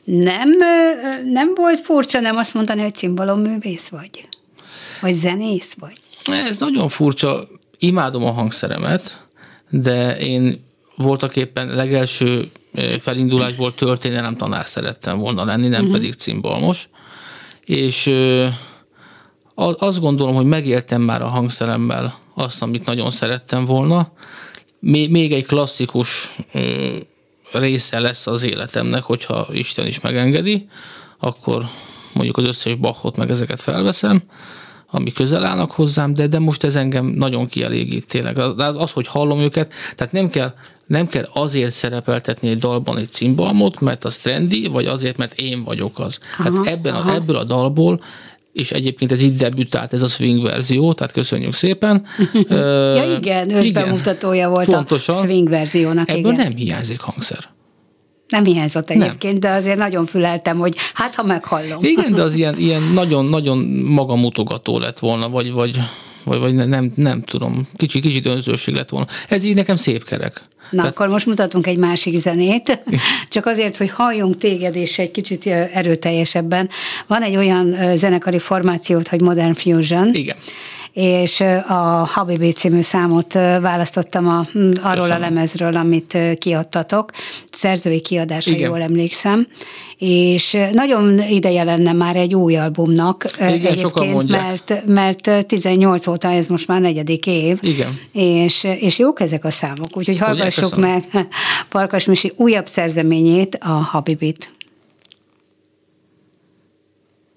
nem volt furcsa nem azt mondani, hogy cimbalomművész vagy? Vagy zenész vagy? Ez nagyon furcsa. Imádom a hangszeremet, de én voltaképpen legelső felindulásból történelem tanár szerettem volna lenni, nem pedig cimbalmos. És azt gondolom, hogy megéltem már a hangszeremmel azt, amit nagyon szerettem volna. Még egy klasszikus része lesz az életemnek, hogyha Isten is megengedi, akkor mondjuk az összes Bachot meg ezeket felveszem, ami közel állnak hozzám, de most ez engem nagyon kielégít tényleg. Az, hogy hallom őket, tehát nem kell azért szerepeltetni egy dalban egy cimbalmot, mert az trendy, vagy azért, mert én vagyok az. Tehát ebből a dalból, és egyébként ez itt debütált, ez a swing verzió, tehát köszönjük szépen. Ja igen, bemutatója volt pontosan, a swing verziónak. Ebből nem hiányzik hangszer. Nem hiányzott egyébként, de azért nagyon füleltem, hogy hát, ha meghallom. Igen, de az ilyen nagyon-nagyon magamutogató lett volna, vagy nem tudom, kicsit önzőség lett volna. Ez így nekem szép kerek. Na, akkor most mutatunk egy másik zenét, csak azért, hogy halljunk téged, és egy kicsit erőteljesebben. Van egy olyan zenekari formációt, hogy Modern Fusion. Igen. És a Habibi című számot választottam arról a lemezről, amit kiadtatok. Szerzői kiadás, ha jól emlékszem. És nagyon ideje lenne már egy új albumnak. Igen, egyébként, mert 18 óta ez most már 4. év. Igen. És jók ezek a számok, úgyhogy hallgassuk meg Farkas Misi újabb szerzeményét, a Habibit.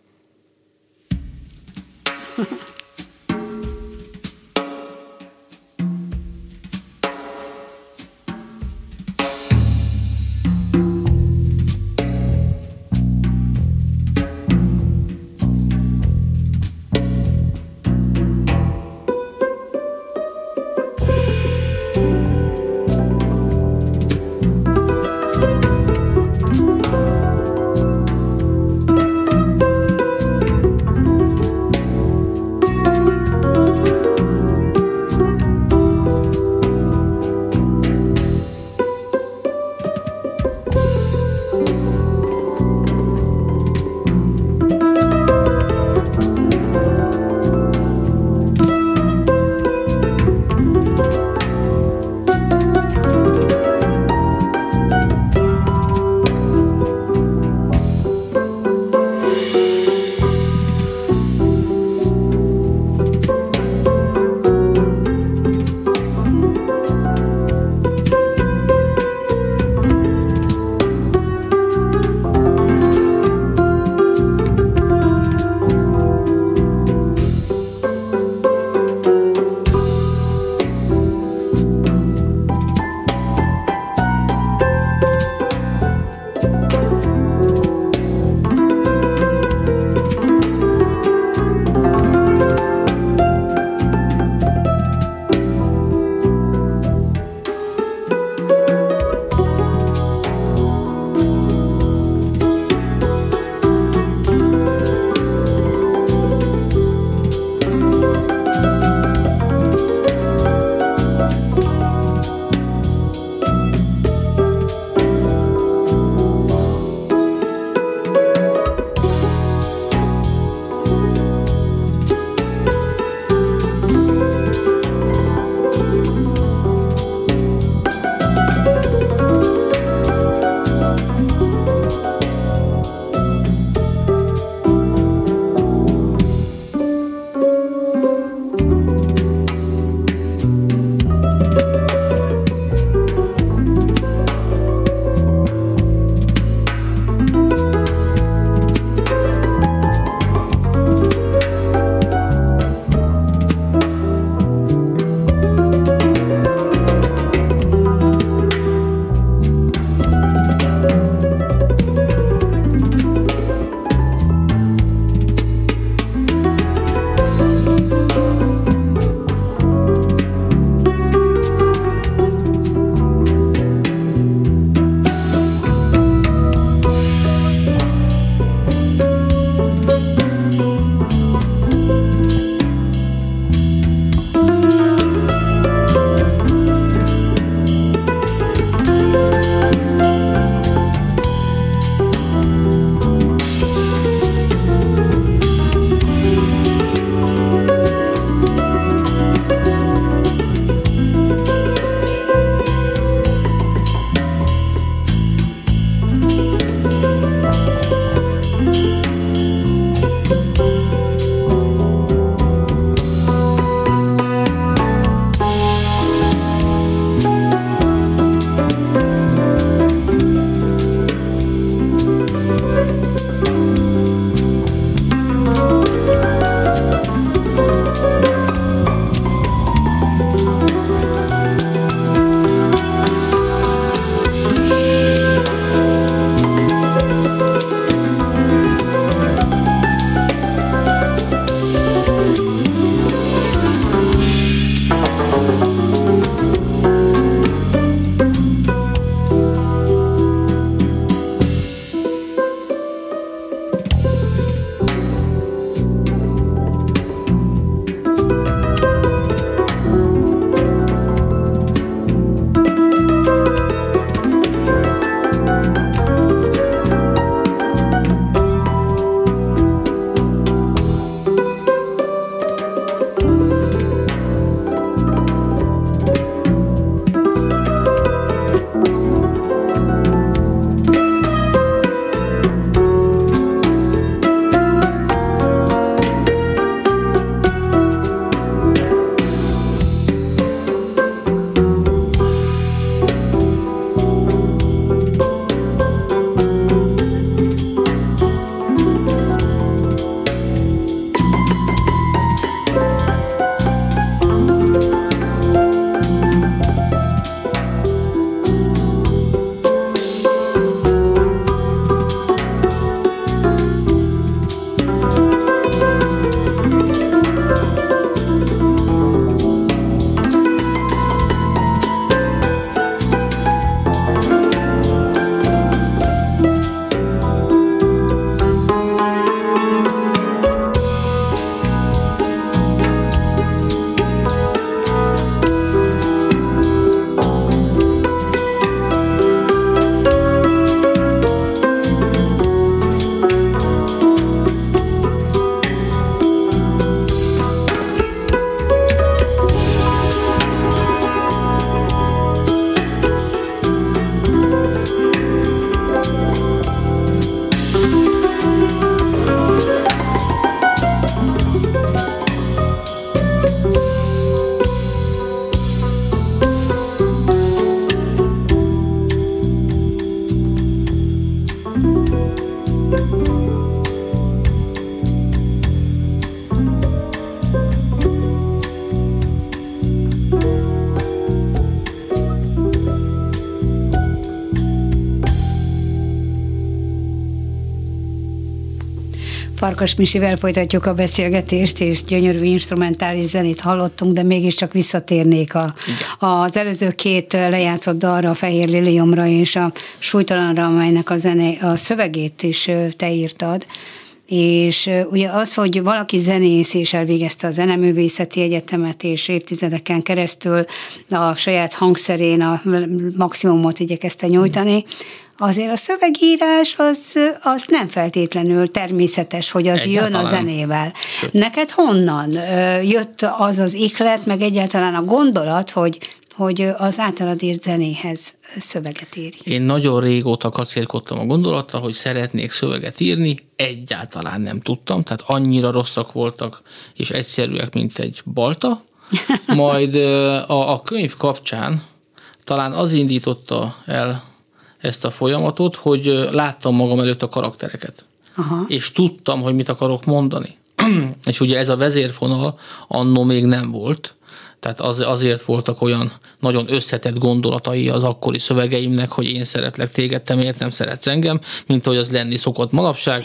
Farkas Misivel folytatjuk a beszélgetést, és gyönyörű instrumentális zenét hallottunk, de mégiscsak visszatérnék az előző két lejátszott dalra, a Fehér Liliomra és a Súlytalanra, amelynek a szövegét is te írtad. És ugye az, hogy valaki zenész és elvégezte a Zeneművészeti Egyetemet, és évtizedeken keresztül a saját hangszerén a maximumot igyekezte nyújtani, azért a szövegírás az nem feltétlenül természetes, hogy az jön a zenével. Sőt. Neked honnan jött az ihlet, meg egyáltalán a gondolat, hogy az általad írt zenéhez szöveget írj? Én nagyon régóta kacérkodtam a gondolattal, hogy szeretnék szöveget írni, egyáltalán nem tudtam, tehát annyira rosszak voltak és egyszerűek, mint egy balta. Majd a könyv kapcsán talán az indította el ezt a folyamatot, hogy láttam magam előtt a karaktereket. Aha. És tudtam, hogy mit akarok mondani. És ugye ez a vezérfonal annó még nem volt, tehát azért voltak olyan nagyon összetett gondolatai az akkori szövegeimnek, hogy én szeretlek téged, te miért nem szeretsz engem, mint ahogy az lenni szokott manapság.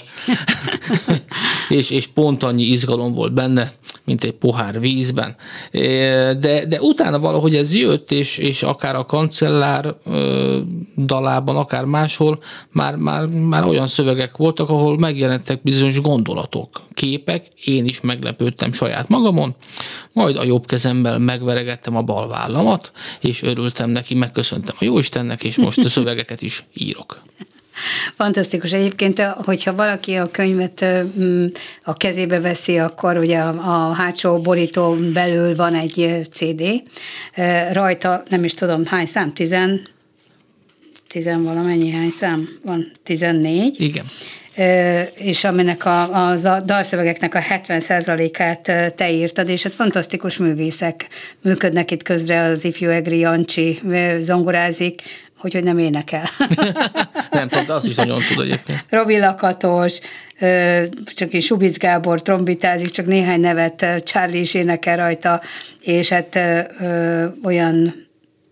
és pont annyi izgalom volt benne, mint egy pohár vízben. De utána valahogy ez jött, és akár a Kancellár dalában, akár máshol már olyan szövegek voltak, ahol megjelentek bizonyos gondolatok, képek, én is meglepődtem saját magamon, majd a jobb kezemmel megveregettem a bal vállamat, és örültem neki, megköszöntem a Jóistennek, és most a szövegeket is írok. Fantasztikus. Egyébként, hogyha valaki a könyvet a kezébe veszi, akkor ugye a hátsó borító belül van egy CD, rajta nem is tudom hány szám, 10 valamennyi hány szám van, 14. Igen. És aminek a dalszövegeknek a 70%-át te írtad, és hát fantasztikus művészek működnek itt közre, az ifjú Egri Jancsi zongorázik, hogy nem énekel. Nem tudom, de azt is nagyon tud egyébként. Robi Lakatos, csak is Subic Gábor trombitázik, csak néhány nevet, Charlie is énekel rajta, és hát olyan...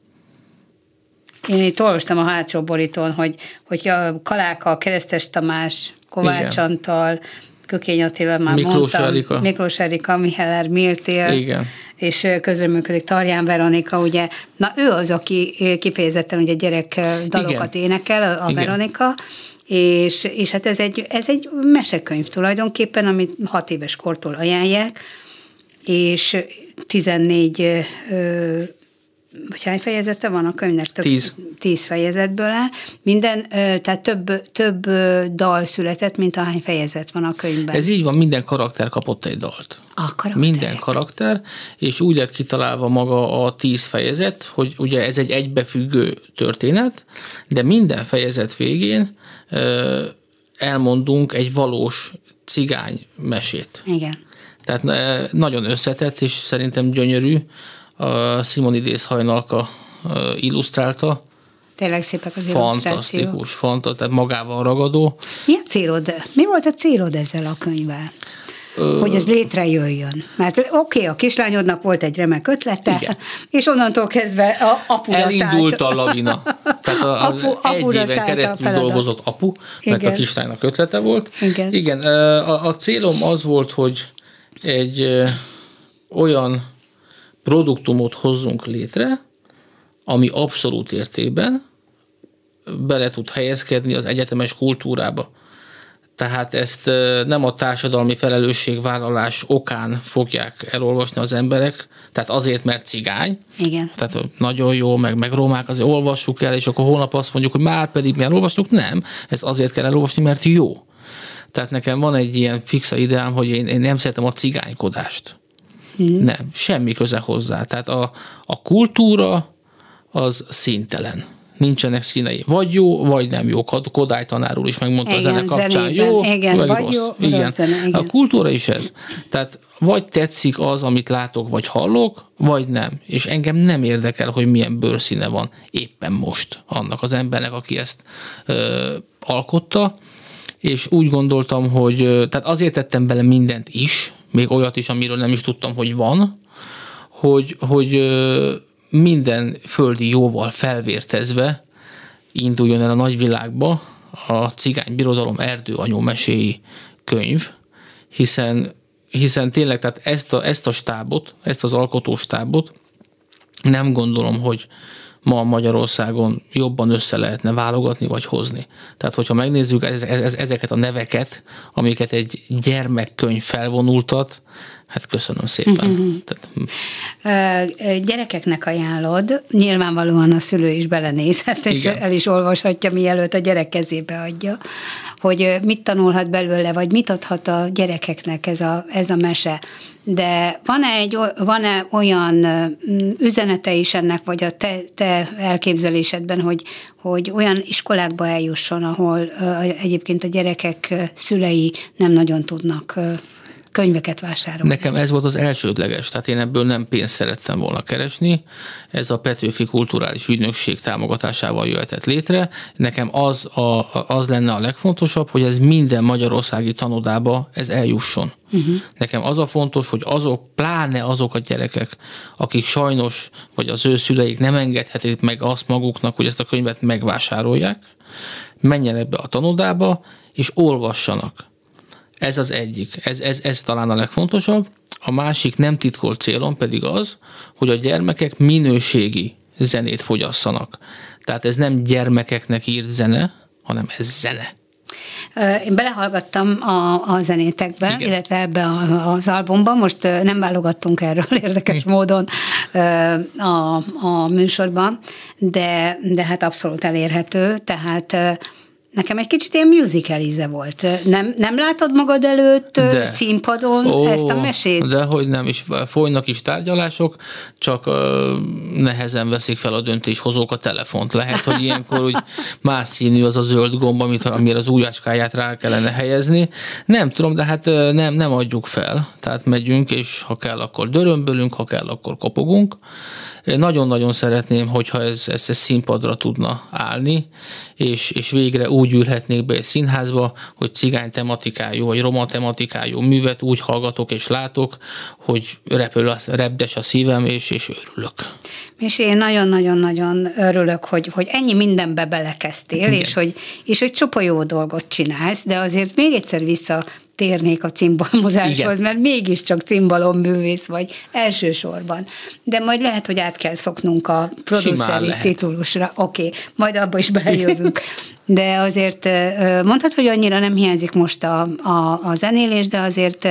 Én itt olvastam a hátsó borítón, hogy a Kaláka, Keresztes Tamás, Kovács Antal, Kökény Attila, már mondtam, Miklós Erika, Miheller Miltél, igen. És közreműködik Tarján Veronika, ugye, na ő az, aki kifejezetten ugye gyerek dalokat énekel, a igen. Veronika, és hát ez egy mesekönyv tulajdonképpen, amit 6 éves kortól ajánlják, és 14 vagy hány fejezete van a könyvnek? 10 fejezetből áll. Minden, tehát több dal született, mint ahány fejezet van a könyvben. Ez így van, minden karakter kapott egy dalt. Minden karakter, és úgy lett kitalálva maga a 10 fejezet, hogy ugye ez egy egybefüggő történet, de minden fejezet végén elmondunk egy valós cigány mesét. Igen. Tehát nagyon összetett, és szerintem gyönyörű. A Simonidész Hajnalka illusztrálta. Tényleg szépek az illusztrációk. Fantasztikus, tehát magával ragadó. Mi volt a célod ezzel a könyvvel? Hogy ez létrejöjjön. Mert oké, a kislányodnak volt egy remek ötlete, igen. És onnantól kezdve apura elindult a lavina. Tehát egy éven keresztül dolgozott apu, mert igen. A kislánynak ötlete volt. Igen, a célom az volt, hogy egy olyan produktumot hozzunk létre, ami abszolút értékben bele tud helyezkedni az egyetemes kultúrába. Tehát ezt nem a társadalmi felelősségvállalás okán fogják elolvasni az emberek, tehát azért, mert cigány. Igen. Tehát nagyon jó, meg romák, azért olvassuk el, és akkor holnap azt mondjuk, hogy már pedig mi elolvastuk. Nem, ezt azért kell elolvasni, mert jó. Tehát nekem van egy ilyen fixa ideám, hogy én nem szeretem a cigánykodást. Nem, semmi köze hozzá. Tehát a kultúra az színtelen. Nincsenek színei. Vagy jó, vagy nem jó. Kodály tanár úr is megmondta a zene kapcsán. Zenében, jó, igen, vagy vagy rossz. Jó, igen. Rossz zene, igen. A kultúra is ez. Tehát vagy tetszik az, amit látok, vagy hallok, vagy nem. És engem nem érdekel, hogy milyen bőrszíne van éppen most annak az embernek, aki ezt alkotta. És úgy gondoltam, hogy tehát azért tettem bele mindent is, még olyat is, amiről nem is tudtam, hogy van, hogy minden földi jóval felvértezve induljon el a nagyvilágba a Cigány Birodalom erdő anyómeséi könyv, hiszen tényleg tehát ezt a stábot, ezt az alkotóstábot nem gondolom, hogy ma Magyarországon jobban össze lehetne válogatni vagy hozni. Tehát, hogyha megnézzük ezeket a neveket, amiket egy gyermekkönyv felvonultat, hát köszönöm szépen. Gyerekeknek ajánlod, nyilvánvalóan a szülő is belenézhet, és el is olvashatja, mielőtt a gyerek kezébe adja, hogy mit tanulhat belőle, vagy mit adhat a gyerekeknek ez a mese. De van-e olyan üzenete is ennek, vagy a te elképzelésedben, hogy olyan iskolákba eljusson, ahol egyébként a gyerekek szülei nem nagyon tudnak könyveket vásárolni? Nekem ez volt az elsődleges, tehát én ebből nem pénzt szerettem volna keresni. Ez a Petőfi Kulturális Ügynökség támogatásával jöhetett létre. Nekem az lenne a legfontosabb, hogy ez minden magyarországi tanodába ez eljusson. Nekem az a fontos, hogy pláne azok a gyerekek, akik sajnos, vagy az ő szüleik nem engedhetik meg azt maguknak, hogy ezt a könyvet megvásárolják, menjenek be a tanodába, és olvassanak. Ez az egyik, ez talán a legfontosabb. A másik nem titkolt célom pedig az, hogy a gyermekek minőségi zenét fogyasszanak. Tehát ez nem gyermekeknek írt zene, hanem ez zene. Én belehallgattam a zenétekbe, Igen. illetve ebbe az albumban, most nem válogattunk erről érdekes módon a műsorban, de hát abszolút elérhető, tehát nekem egy kicsit ilyen musical íze volt. Nem látod magad előtt színpadon ezt a mesét? Dehogy nem, és folynak is tárgyalások, csak nehezen veszik fel a döntéshozók a telefont. Lehet, hogy ilyenkor úgy más színű az a zöld gomb, amire az ujjacskáját rá kellene helyezni. Nem tudom, de hát nem adjuk fel. Tehát megyünk, és ha kell, akkor dörömbölünk, ha kell, akkor kopogunk. Nagyon-nagyon szeretném, hogyha ez színpadra tudna állni, és végre úgy ülhetnék be egy színházba, hogy cigány tematikájú, vagy roma tematikájú művet úgy hallgatok és látok, hogy repdes a szívem, és örülök. És én nagyon-nagyon-nagyon örülök, hogy ennyi mindenbe belekezdtél, és hogy csupa jó dolgot csinálsz, de azért még egyszer térnék a cimbalmozáshoz, mert mégiscsak cimbalomművész vagy elsősorban. De majd lehet, hogy át kell szoknunk a produceri titulusra. Oké, majd abba is belejövünk. De azért mondhatod, hogy annyira nem hiányzik most a zenélés, de azért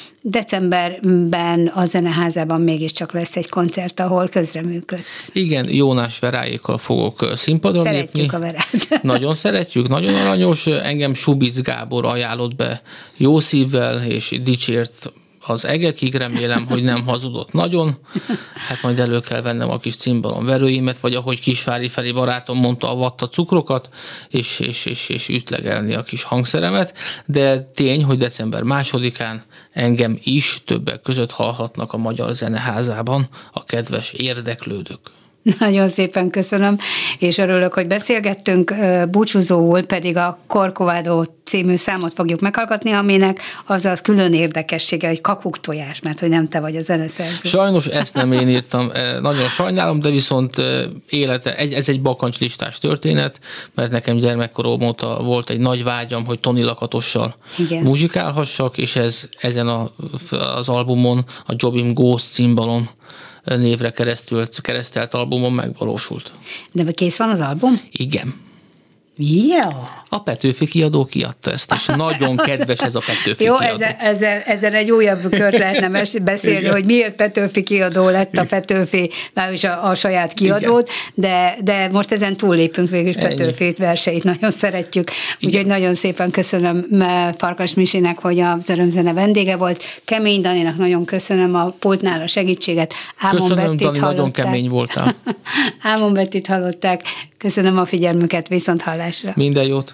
decemberben a Zeneházában mégiscsak lesz egy koncert, ahol közreműködsz. Igen, Jónás Veráékkal fogok színpadon lépni. Szeretjük a Verát. Nagyon szeretjük, nagyon aranyos. Engem Subic Gábor ajánlott be jó szívvel, és dicsért az egekig, remélem, hogy nem hazudott nagyon. Hát majd elő kell vennem a kis cimbalomverőimet, vagy ahogy Kisvári Feri barátom mondta, a vatta cukrokat, és ütlegelni a kis hangszeremet. De tény, hogy december 2-án engem is többek között hallhatnak a Magyar Zeneházában a kedves érdeklődők. Nagyon szépen köszönöm, és örülök, hogy beszélgettünk. Búcsúzóul pedig a Corcovado című számot fogjuk meghallgatni, aminek az a külön érdekessége, hogy kakuktojás, mert hogy nem te vagy a zeneszerző. Sajnos ezt nem én írtam, nagyon sajnálom, de viszont ez egy bakancslistás történet, mert nekem gyermekkorom óta volt egy nagy vágyam, hogy Toni Lakatossal muzsikálhassak, és ezen az albumon, a Jobim Ghost cimbalom névre keresztelt albumon megvalósult. De kész van az album? Igen. Ja. A Petőfi kiadó kiadta ezt, és nagyon kedves ez a Petőfi kiadó. Jó, ezzel egy újabb kört lehetne beszélni, igen, hogy miért Petőfi kiadó lett a Petőfi, és a saját kiadót, de most ezen túllépünk végül, Petőfit verseit nagyon szeretjük. Úgyhogy nagyon szépen köszönöm Farkas Misinek, hogy az Örömzene vendége volt. Kemény Daninak nagyon köszönöm a pultnál a segítséget. Köszönöm, Dani, nagyon kemény voltál. Ámon Bettit hallották. Köszönöm a figyelmüket, viszont hallásra. Minden jót.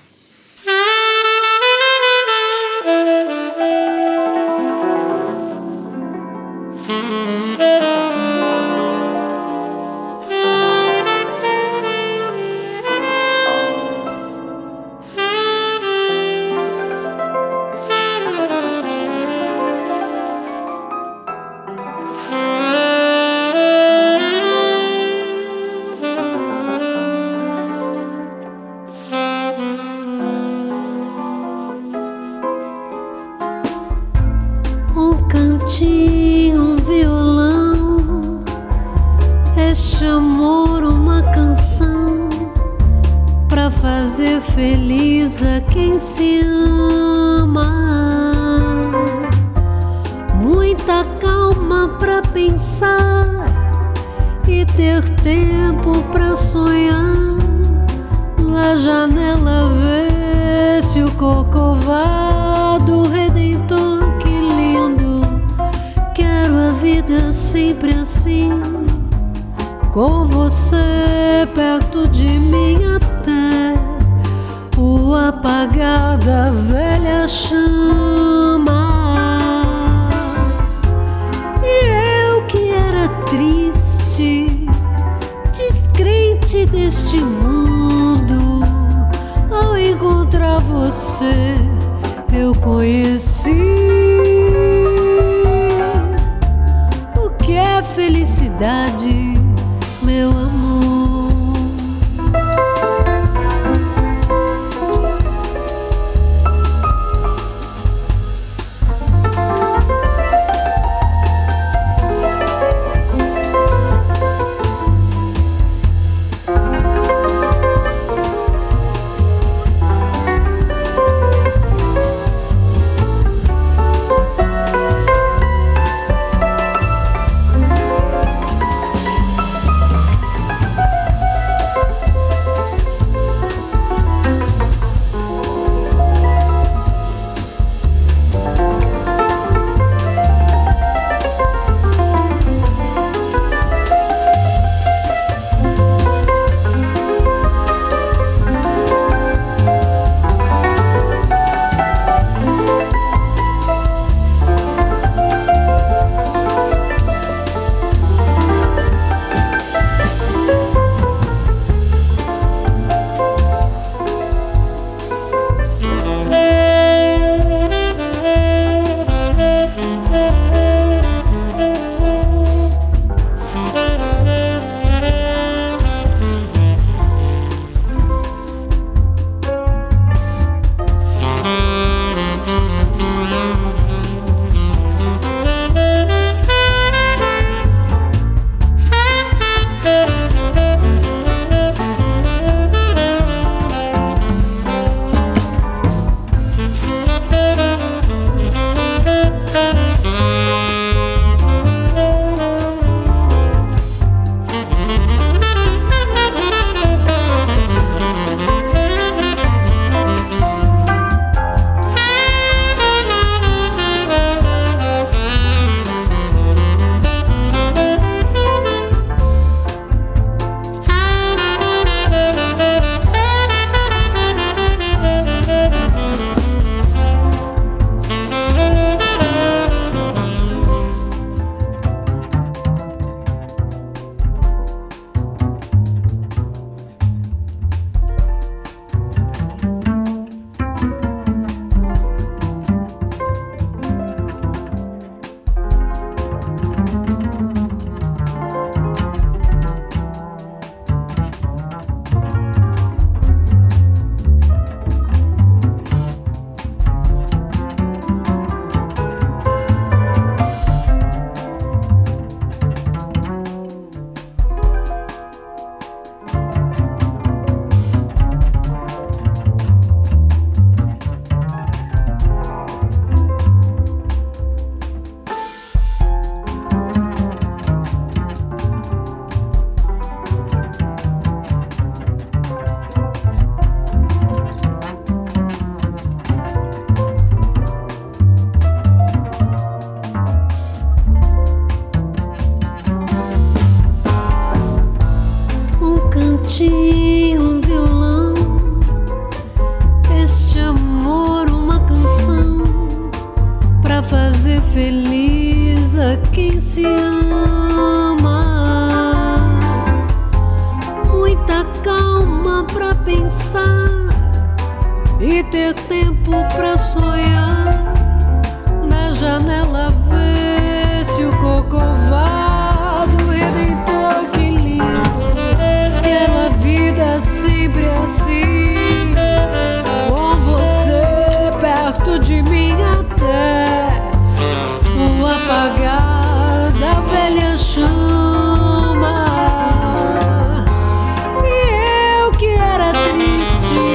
fazer feliz a quem se ama. Muita calma pra pensar e ter tempo pra sonhar. Na janela vê-se o Corcovado Redentor, que lindo. Quero a vida sempre assim, com você perto de mim, até o apagar da velha chama. E eu que era triste, descrente deste mundo, ao encontrar você eu conheci o que é felicidade, meu amor. Um violão, este amor, uma canção pra fazer feliz a quem se ama. Muita calma pra pensar e ter tempo pra sonhar. Na janela vê-se o Corcovado Redentor, que lindo. Quero a vida sempre assim, com você perto de mim, até o apagar da velha chama. E eu que era triste,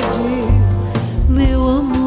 meu amor.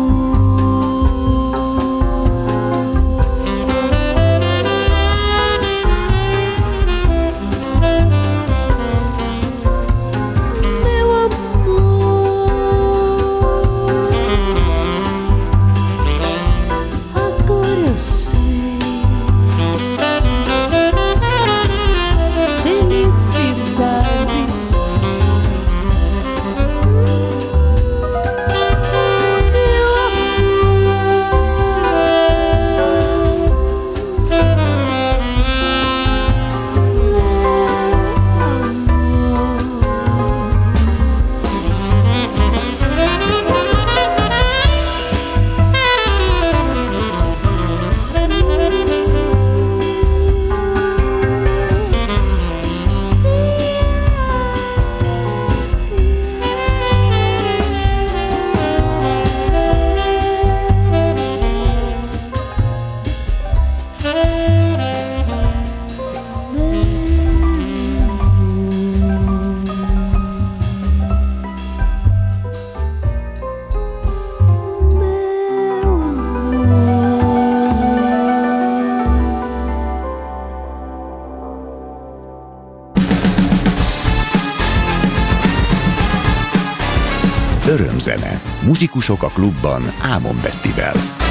Örömzene. Muzsikusok a klubban Ámon Bettivel.